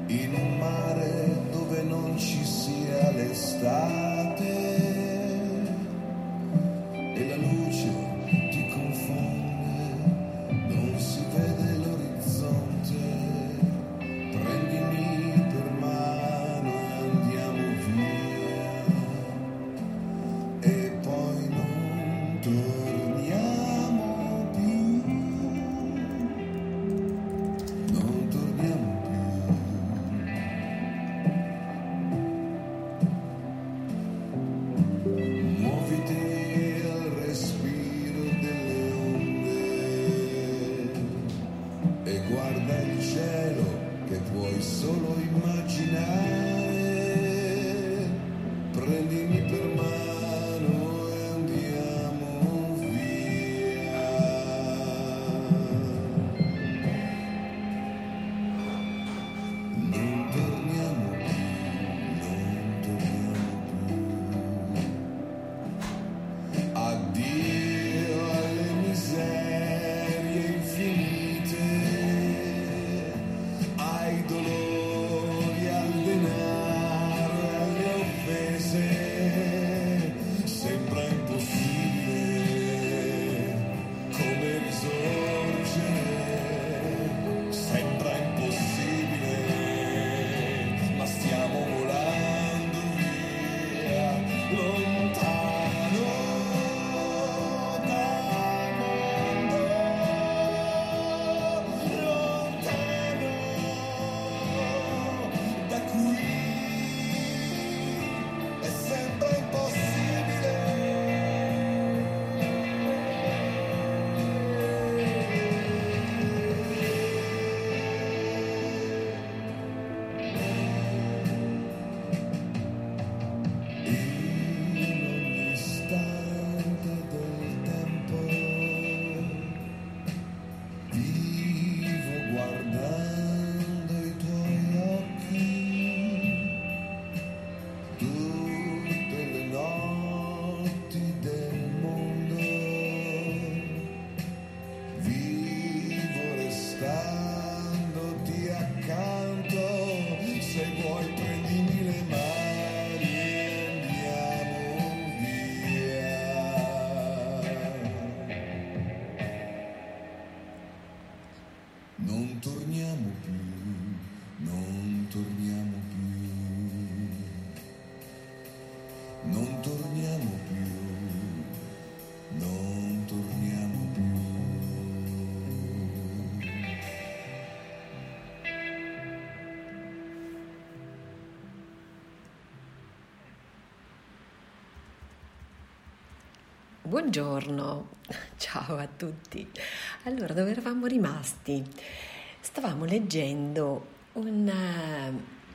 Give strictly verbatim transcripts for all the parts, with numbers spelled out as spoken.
in un mare dove non ci sia l'estate e la luce ti confonde, non si vede l'orizzonte, prendimi per mano e andiamo via e poi non torniamo più, non torniamo più. Muoviti al respiro delle onde e guarda il cielo che puoi solo immaginare. Prendimi per mano e andiamo via. Non torniamo più, non torniamo più. Addio alle miserie infinite, ai dolori, al denaro e alle offese. Sembra impossibile come risorgere, sembra impossibile, ma stiamo volando via, lontano dal mondo, lontano da qui, e sembra impossibile. In ogni istante del tempo vivo guardando i tuoi occhi, tutte le notti del mondo, vivo restandoti accanto. Se vuoi prendimi le mani e andiamo via. Non torniamo più, non torniamo più, non torniamo più, non torniamo più. Buongiorno, ciao a tutti. Allora, dove eravamo rimasti? Stavamo leggendo una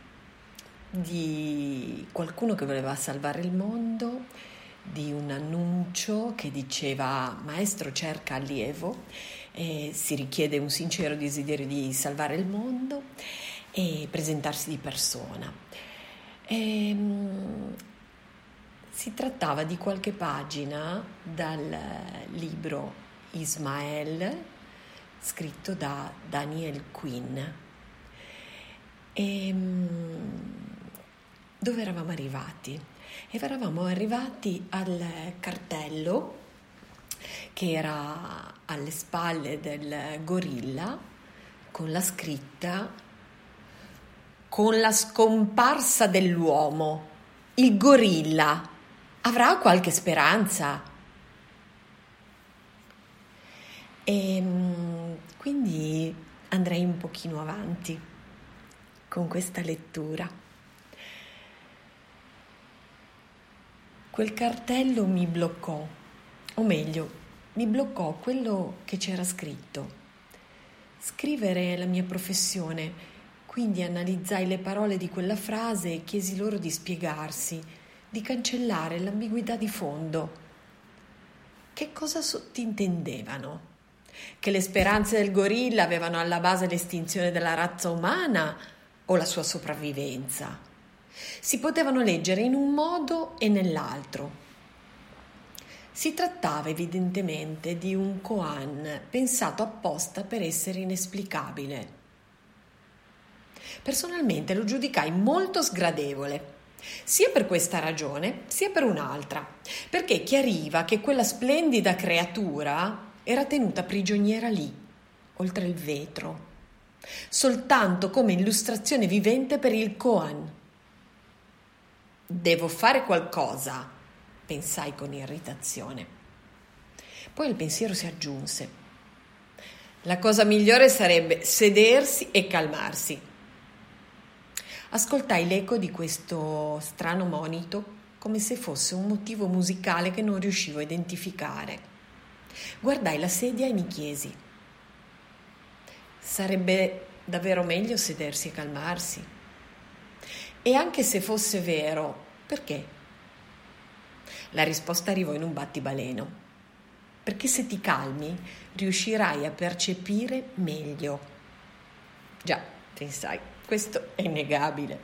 di qualcuno che voleva salvare il mondo, di un annuncio che diceva: maestro cerca allievo, e si richiede un sincero desiderio di salvare il mondo e presentarsi di persona. Ehm, Si trattava di qualche pagina dal libro Ismael, scritto da Daniel Quinn. E dove eravamo arrivati? Eravamo arrivati al cartello che era alle spalle del gorilla con la scritta: con la scomparsa dell'uomo, il gorilla avrà qualche speranza. E quindi andrei un pochino avanti con questa lettura. Quel cartello mi bloccò, o meglio, mi bloccò quello che c'era scritto. Scrivere è la mia professione, quindi analizzai le parole di quella frase e chiesi loro di spiegarsi, di cancellare l'ambiguità di fondo. Che cosa sottintendevano? Che le speranze del gorilla avevano alla base l'estinzione della razza umana o la sua sopravvivenza? Si potevano leggere in un modo e nell'altro. Si trattava evidentemente di un koan pensato apposta per essere inesplicabile. Personalmente lo giudicai molto sgradevole, sia per questa ragione, sia per un'altra, perché chiariva che quella splendida creatura era tenuta prigioniera lì, oltre il vetro, soltanto come illustrazione vivente per il koan. Devo fare qualcosa, pensai con irritazione. Poi il pensiero si aggiunse. La cosa migliore sarebbe sedersi e calmarsi. Ascoltai l'eco di questo strano monito come se fosse un motivo musicale che non riuscivo a identificare. Guardai la sedia e mi chiesi: sarebbe davvero meglio sedersi e calmarsi? E anche se fosse vero, perché? La risposta arrivò in un battibaleno. Perché se ti calmi riuscirai a percepire meglio. Già, pensai, questo è innegabile.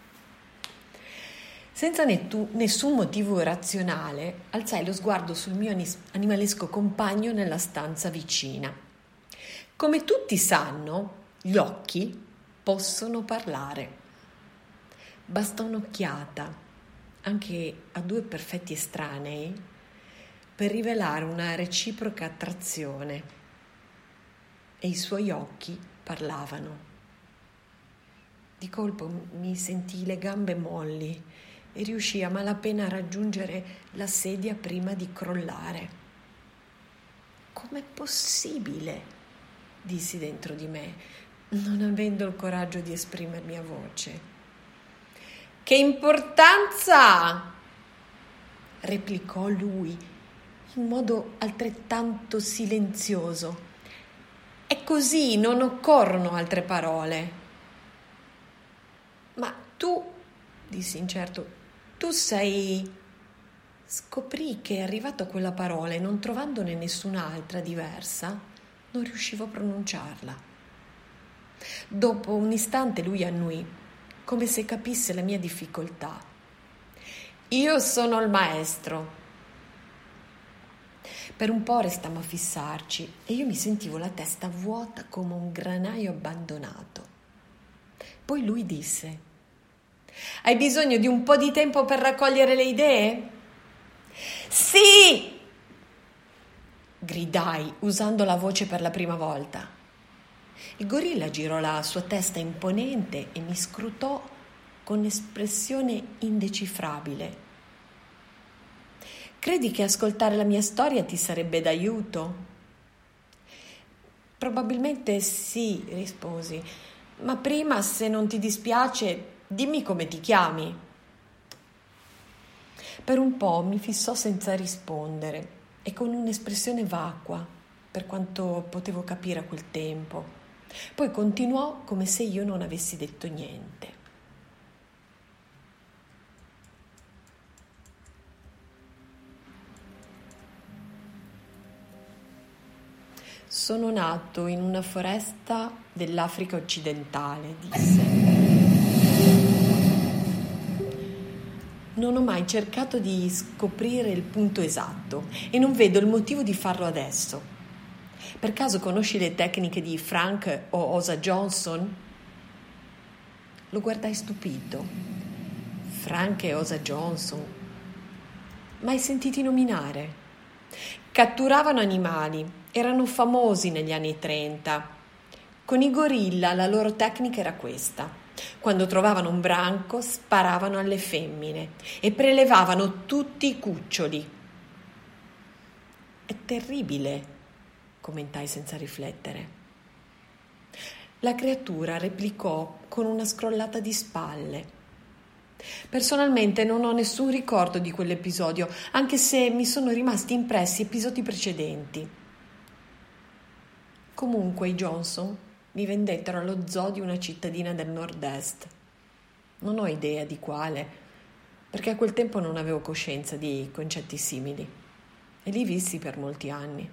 Senza nettu- nessun motivo razionale, alzai lo sguardo sul mio anis- animalesco compagno nella stanza vicina. Come tutti sanno, gli occhi possono parlare. Basta un'occhiata, anche a due perfetti estranei, per rivelare una reciproca attrazione. E i suoi occhi parlavano. Di colpo mi sentii le gambe molli e riuscii a malapena a raggiungere la sedia prima di crollare. Com'è possibile? Dissi dentro di me, non avendo il coraggio di esprimermi a voce. Che importanza ha? Replicò lui in modo altrettanto silenzioso. È così, non occorrono altre parole. Ma tu, dissi incerto, tu sei... Scoprì che arrivato a quella parola e non trovandone nessun'altra diversa, non riuscivo a pronunciarla. Dopo un istante lui annui, come se capisse la mia difficoltà. Io sono il maestro. Per un po' restammo a fissarci e io mi sentivo la testa vuota come un granaio abbandonato. Poi lui disse: hai bisogno di un po' di tempo per raccogliere le idee? Sì! Gridai usando la voce per la prima volta. Il gorilla girò la sua testa imponente e mi scrutò con espressione indecifrabile. Credi che ascoltare la mia storia ti sarebbe d'aiuto? Probabilmente sì, risposi, ma prima, se non ti dispiace, dimmi come ti chiami. Per un po' mi fissò senza rispondere e con un'espressione vacua, per quanto potevo capire a quel tempo. Poi continuò come se io non avessi detto niente. Sono nato in una foresta dell'Africa occidentale, disse. Non ho mai cercato di scoprire il punto esatto e non vedo il motivo di farlo adesso. Per caso conosci le tecniche di Frank o Osa Johnson? Lo guardai stupito. Frank e Osa Johnson. Mai sentiti nominare? Catturavano animali, erano famosi negli anni trenta. Con i gorilla la loro tecnica era questa. Quando trovavano un branco sparavano alle femmine e prelevavano tutti i cuccioli. È terribile, commentai senza riflettere. La creatura replicò con una scrollata di spalle. Personalmente non ho nessun ricordo di quell'episodio, anche se mi sono rimasti impressi episodi precedenti. Comunque i Johnson mi vendettero allo zoo di una cittadina del nord-est. Non ho idea di quale, perché a quel tempo non avevo coscienza di concetti simili e li vissi per molti anni.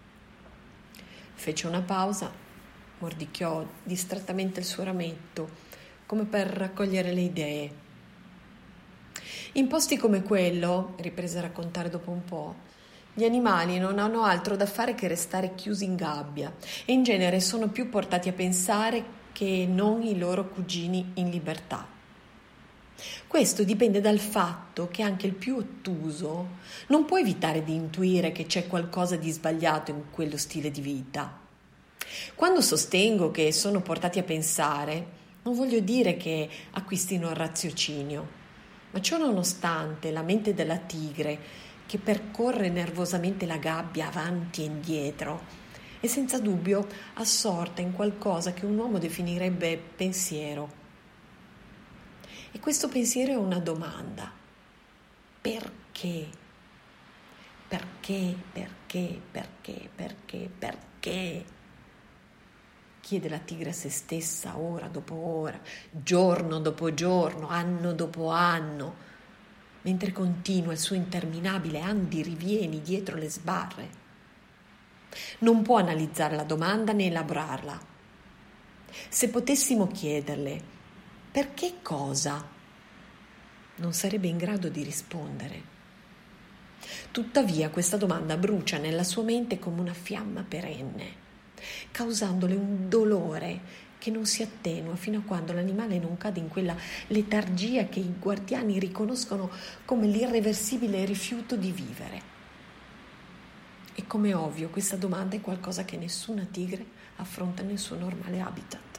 Fece una pausa, mordicchiò distrattamente il suo rametto, come per raccogliere le idee. In posti come quello, riprese a raccontare dopo un po', gli animali non hanno altro da fare che restare chiusi in gabbia e in genere sono più portati a pensare che non i loro cugini in libertà. Questo dipende dal fatto che anche il più ottuso non può evitare di intuire che c'è qualcosa di sbagliato in quello stile di vita. Quando sostengo che sono portati a pensare, non voglio dire che acquistino il raziocinio, ma ciò nonostante la mente della tigre, che percorre nervosamente la gabbia avanti e indietro, è senza dubbio assorta in qualcosa che un uomo definirebbe pensiero. E questo pensiero è una domanda. Perché? Perché? Perché? Perché? Perché? Perché? Chiede la tigre a se stessa ora dopo ora, giorno dopo giorno, anno dopo anno, mentre continua il suo interminabile andirivieni dietro le sbarre. Non può analizzare la domanda né elaborarla. Se potessimo chiederle perché cosa, non sarebbe in grado di rispondere. Tuttavia questa domanda brucia nella sua mente come una fiamma perenne, causandole un dolore che non si attenua fino a quando l'animale non cade in quella letargia che i guardiani riconoscono come l'irreversibile rifiuto di vivere. E come ovvio, questa domanda è qualcosa che nessuna tigre affronta nel suo normale habitat.